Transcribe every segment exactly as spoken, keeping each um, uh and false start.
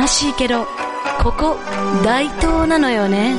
悲しいけどここ大東なのよね。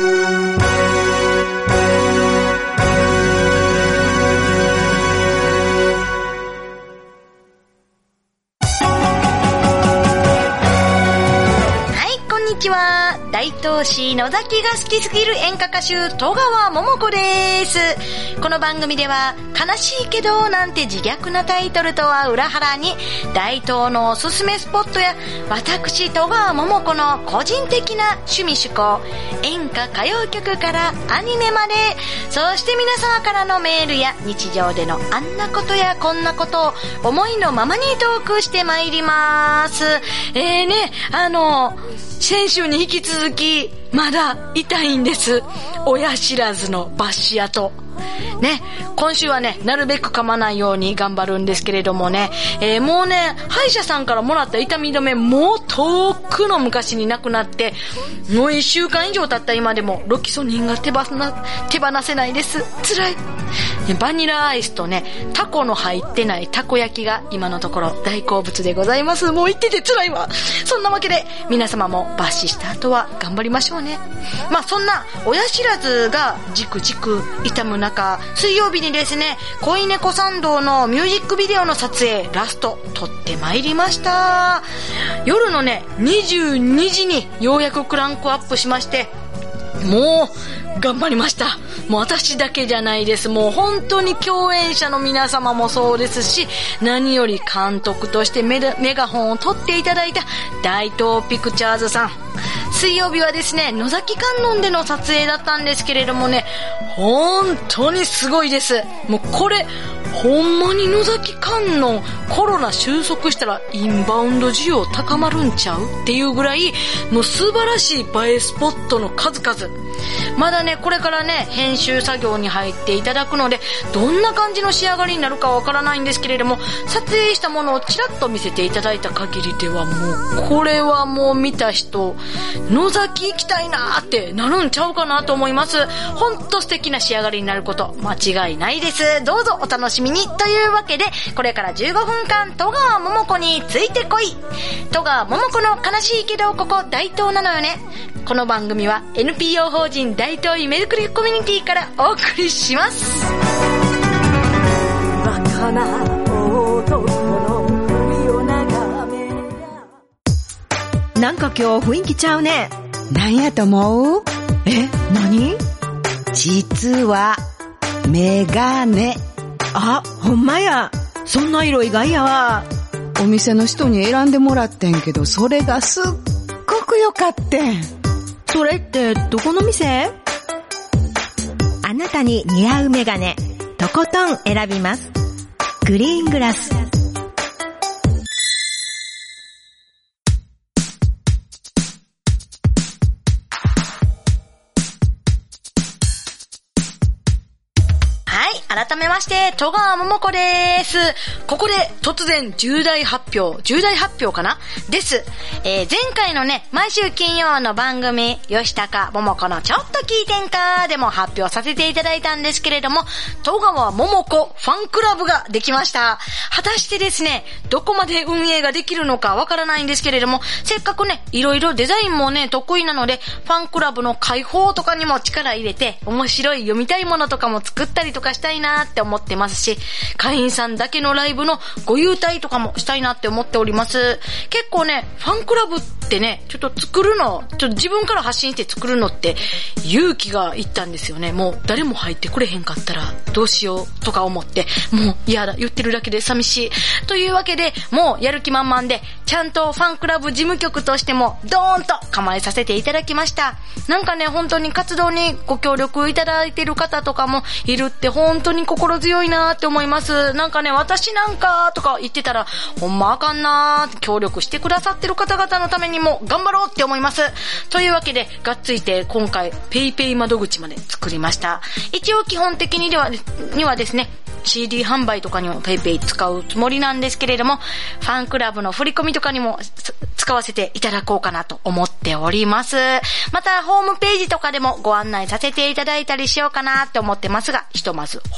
こんにちは。大東市野崎が好きすぎる演歌歌手戸川桃子です。この番組では悲しいけどなんて自虐なタイトルとは裏腹に大東のおすすめスポットや私戸川桃子の個人的な趣味趣向、演歌歌謡曲からアニメまで、そして皆様からのメールや日常でのあんなことやこんなことを思いのままにトークしてまいります。えーね、あの先週に引き続きまだ痛いんです。親知らずの抜歯跡ね。今週はねなるべく噛まないように頑張るんですけれどもね、えー、もうね歯医者さんからもらった痛み止めもう遠くの昔になくなってもういっしゅうかん以上経った今でもロキソニンが手放手放せないです。辛い。バニラアイスとねタコの入ってないたこ焼きが今のところ大好物でございます。もう言ってて辛いわ。そんなわけで皆様も抜歯した後は頑張りましょうね。まあそんな親知らずがじくじく痛む中、水曜日にですね恋猫参道のミュージックビデオの撮影ラスト撮ってまいりました。夜のねにじゅうにじにようやくクランクアップしまして、もう頑張りました。もう私だけじゃないです。もう本当に共演者の皆様もそうですし、何より監督としてメガホンを取っていただいた大東ピクチャーズさん。水曜日はですね野崎観音での撮影だったんですけれどもね、本当にすごいです。もうこれほんまに野崎観音コロナ収束したらインバウンド需要高まるんちゃうっていうぐらいもう素晴らしい映えスポットの数々。まだねこれからね編集作業に入っていただくのでどんな感じの仕上がりになるかわからないんですけれども、撮影したものをちらっと見せていただいた限りではもうこれはもう見た人野崎行きたいなーってなるんちゃうかなと思います。ほんと素敵な仕上がりになること間違いないです。どうぞお楽しみに。というわけでこれからじゅうごふんかん戸川桃子についてこい。戸川桃子の悲しいけどここ大東なのよね。この番組は エヌピーオー 法人大東夢づくりコミュニティからお送りします。バカな男の首を眺めなんか今日雰囲気ちゃうね。 なんやと思う？ え、何？ 実はメガネ。 あ、ほんまや。そんな色意外やわ。 お店の人に選んでもらってんけど、それがすっごく良かってん。 それってどこの店？ あなたに似合うメガネ、とことん選びます。グリーングラス。 改めまして戸川桃子です。ここで突然重大発表重大発表かなです、えー、前回のね毎週金曜の番組吉高桃子のちょっと聞いてんかでも発表させていただいたんですけれども、戸川桃子ファンクラブができました。果たしてですねどこまで運営ができるのかわからないんですけれども、せっかくねいろいろデザインもね得意なのでファンクラブの開放とかにも力入れて面白い読みたいものとかも作ったりとかしたいなって思ってますし、会員さんだけのライブのご優待とかもしたいなって思っております。結構ねファンクラブってねちょっと作るのちょっと自分から発信して作るのって勇気がいったんですよね。もう誰も入ってくれへんかったらどうしようとか思ってもう嫌だ言ってるだけで寂しいというわけでもうやる気満々でちゃんとファンクラブ事務局としてもドーンと構えさせていただきました。なんかね本当に活動にご協力いただいてる方とかもいるって本当に心強いなって思います。なんかね私なんかとか言ってたらほんまあかんなー、協力してくださってる方々のためにも頑張ろうって思います。というわけでがっついて今回ペイペイ窓口まで作りました。一応基本的にではにはですねシーディー 販売とかにもペイペイ使うつもりなんですけれども、ファンクラブの振り込みとかにも使わせていただこうかなと思っております。またホームページとかでもご案内させていただいたりしようかなって思ってますが、ひとまずホ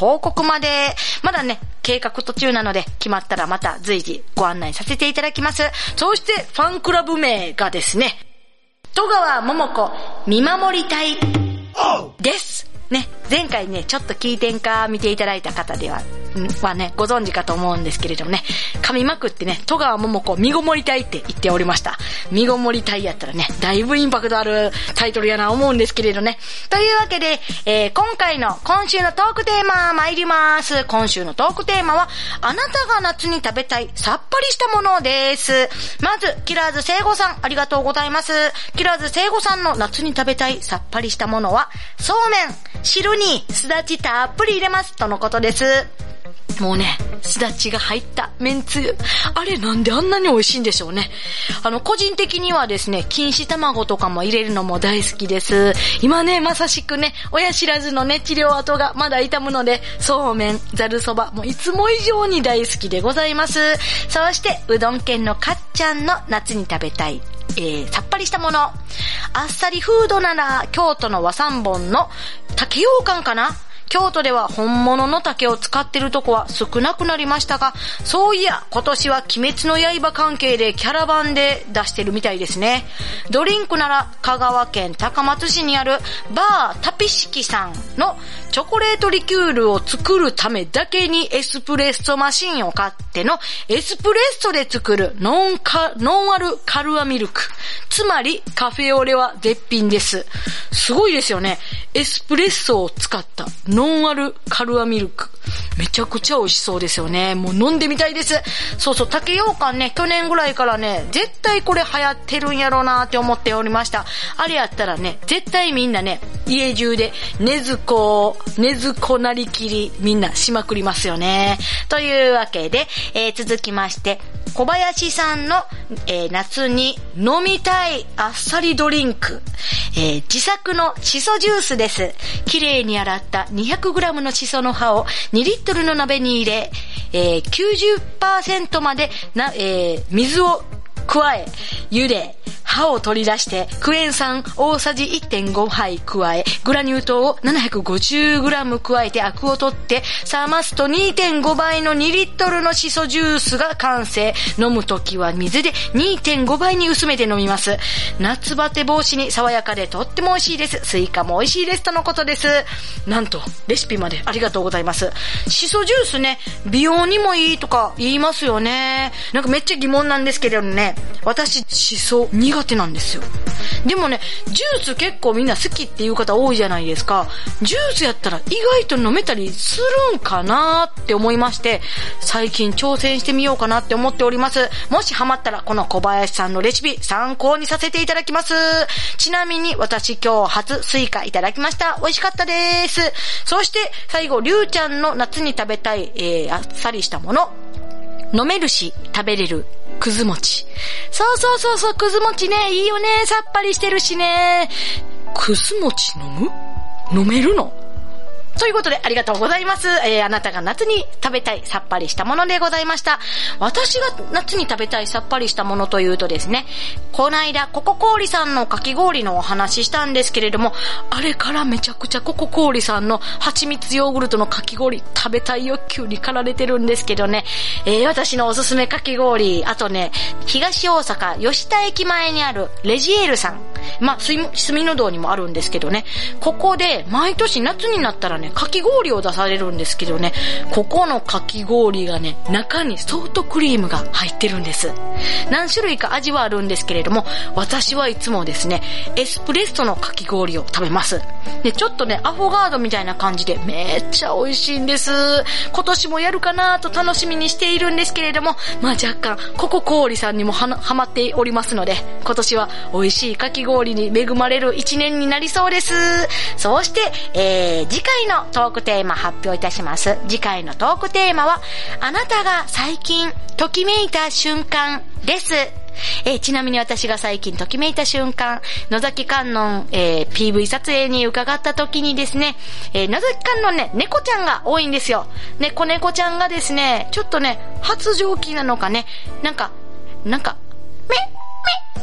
報告まで。まだね、計画途中なので、決まったらまた随時ご案内させていただきます。そして、ファンクラブ名がですね、戸川桃子見守り隊です。ね、前回ね、ちょっと聞いてんか見ていただいた方では、はね、ご存知かと思うんですけれどもね、噛みまくってね、戸川桃子身ごもり隊って言っておりました。身ごもり隊やったらね、だいぶインパクトあるタイトルやな思うんですけれどね。というわけで、えー、今回の今週のトークテーマ参ります。今週のトークテーマは、あなたが夏に食べたいさっぱりしたものです。まず、キラーズ聖子さん、ありがとうございます。キラーズ聖子さんの夏に食べたいさっぱりしたものは、そうめん。汁にすだちたっぷり入れますとのことです。もうね、すだちが入っためんつゆ。あれなんであんなに美味しいんでしょうね。あの、個人的にはですね、錦糸卵とかも入れるのも大好きです。今ね、まさしくね、親知らずのね、治療跡がまだ痛むので、そうめん、ざるそば、もういつも以上に大好きでございます。そして、うどん県のかっちゃんの夏に食べたいえー、さっぱりしたもの。あっさりフードなら京都の和三盆の竹羊羹かな。京都では本物の竹を使ってるとこは少なくなりましたが、そういや今年は鬼滅の刃関係でキャラバンで出してるみたいですね。ドリンクなら香川県高松市にあるバータピシキさんのチョコレートリキュールを作るためだけにエスプレッソマシンを買ってのエスプレッソで作るノンカ、ノンアルカルアミルク。つまりカフェオレは絶品です。すごいですよね。エスプレッソを使ったノンアルカルアミルク。めちゃくちゃ美味しそうですよね。もう飲んでみたいです。そうそう、竹羊羹ね、去年ぐらいからね、絶対これ流行ってるんやろうなって思っておりました。あれやったらね、絶対みんなね、家中でねずこを、ねずこなりきりみんなしまくりますよね。というわけで、えー、続きまして、小林さんの、えー、夏に飲みたいあっさりドリンク、えー、自作のシソジュースです。きれいに洗った にひゃくグラム のシソの葉をにリットルの鍋に入れ、えー、きゅうじゅっパーセント までな、えー、水を加え、茹で、葉を取り出して、クエン酸大さじ いってんご 杯加え、グラニュー糖を ななひゃくごじゅうグラム 加えてアクを取って、冷ますと にてんご 倍のにリットルのシソジュースが完成。飲むときは水で にてんご 倍に薄めて飲みます。夏バテ防止に爽やかでとっても美味しいです。スイカも美味しいですとのことです。なんと、レシピまでありがとうございます。シソジュースね、美容にもいいとか言いますよね。なんかめっちゃ疑問なんですけれどね、私、シソ苦手なんですよ。でもね、ジュース結構みんな好きっていう方多いじゃないですか。ジュースやったら意外と飲めたりするんかなって思いまして、最近挑戦してみようかなって思っております。もしハマったらこの小林さんのレシピ参考にさせていただきます。ちなみに私今日初スイカいただきました。美味しかったです。そして最後、りゅうちゃんの夏に食べたい、えー、あっさりしたもの。飲めるし食べれるくず餅。そうそうそうそう、くず餅ね、いいよね、さっぱりしてるしね。くず餅飲む？飲めるの？ということでありがとうございます。えー、あなたが夏に食べたいさっぱりしたものでございました。私が夏に食べたいさっぱりしたものというとですね、この間ココ氷さんのかき氷のお話ししたんですけれども、あれからめちゃくちゃココ氷さんの蜂蜜ヨーグルトのかき氷食べたい欲求に駆られてるんですけどね、えー、私のおすすめかき氷、あとね、東大阪吉田駅前にあるレジエールさん、まあ、住の堂にもあるんですけどね、ここで毎年夏になったらね、かき氷を出されるんですけどね、ここのかき氷がね、中にソフトクリームが入ってるんです。何種類か味はあるんですけれども、私はいつもですね、エスプレッソのかき氷を食べます。で、ちょっとね、アフォガードみたいな感じでめっちゃ美味しいんです。今年もやるかなと楽しみにしているんですけれども、まあ若干ココ氷さんにもはハマっておりますので、今年は美味しいかき氷に恵まれる一年になりそうです。そうして、えー、次回のトークテーマ発表いたします。次回のトークテーマは、あなたが最近ときめいた瞬間です。えー、ちなみに私が最近ときめいた瞬間、野崎観音、えー、ピーブイ 撮影に伺った時にですね、えー、野崎観音ね、猫ちゃんが多いんですよ。ね、子猫ちゃんがですね、ちょっとね、発情期なのかね、なんか、なんか、め、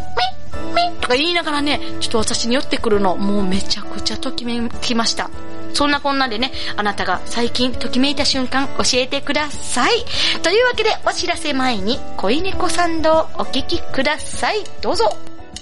め、め、めとか言いながらね、ちょっと私に寄ってくるの、もうめちゃくちゃときめきました。 そんなこんなでね、あなたが最近ときめいた瞬間教えてください。というわけでお知らせ前に恋猫参道お聞きください。どうぞ。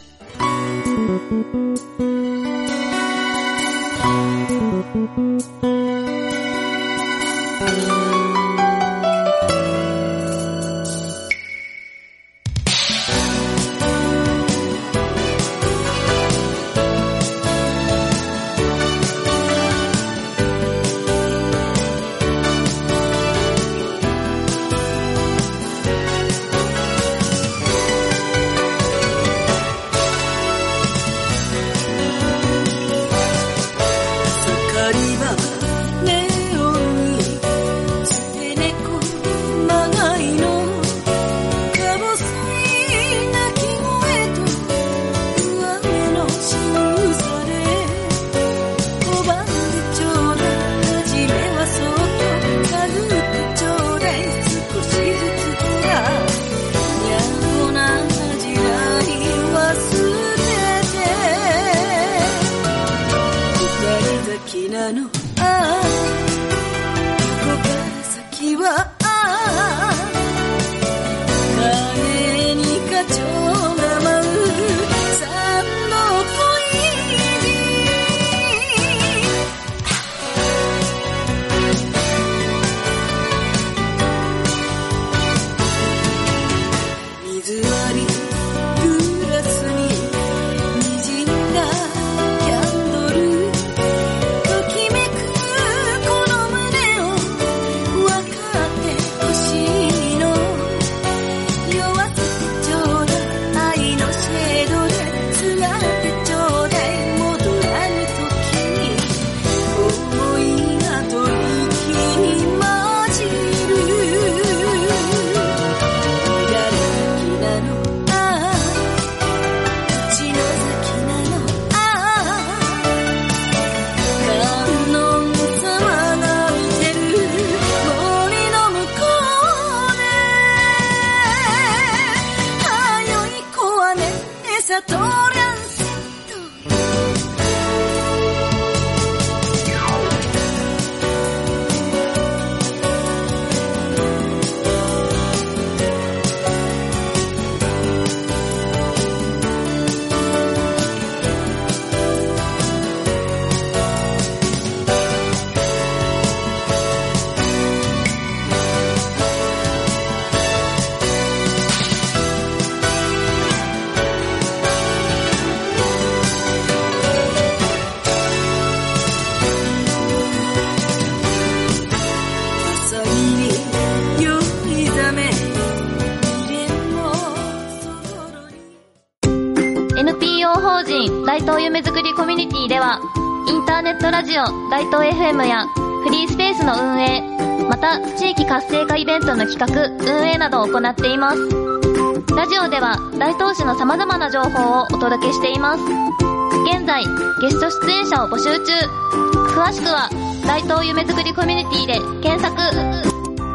大東夢づくりコミュニティでは、インターネットラジオ大東 エフエム やフリースペースの運営、また地域活性化イベントの企画・運営などを行っています。ラジオでは大東市の様々な情報をお届けしています。現在ゲスト出演者を募集中。詳しくは大東夢づくりコミュニティで検索。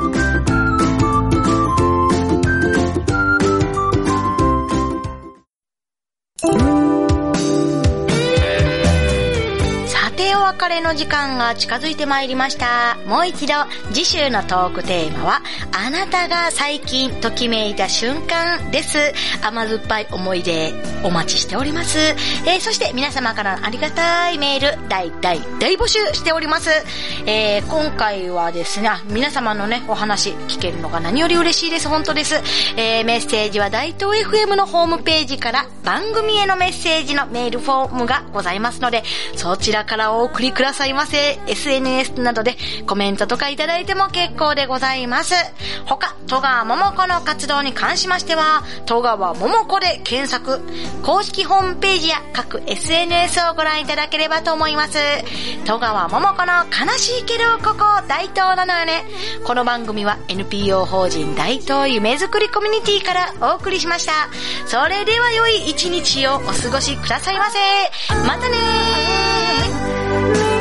お別れの時間が近づいてまいりました。もう一度次週のトークテーマは、あなたが最近ときめいた瞬間です。甘酸っぱい思い出お待ちしております。えー、そして皆様からのありがたいメール大大大募集しております。えー、今回はですね、皆様のねお話聞けるのが何より嬉しいです。本当です。えー、メッセージは大東 エフエム のホームページから番組へのメッセージのメールフォームがございますので、そちらからお送りくださいませ。 エスエヌエス などでコメントとかいただいても結構でございます。他戸川桃子の活動に関しましては、戸川桃子で検索、公式ホームページや各 エスエヌエス をご覧いただければと思います。戸川桃子の悲しいけどここ大東なのよね。この番組は エヌピーオー 法人大東夢づくりコミュニティからお送りしました。それでは良い一日をお過ごしくださいませ。またねー。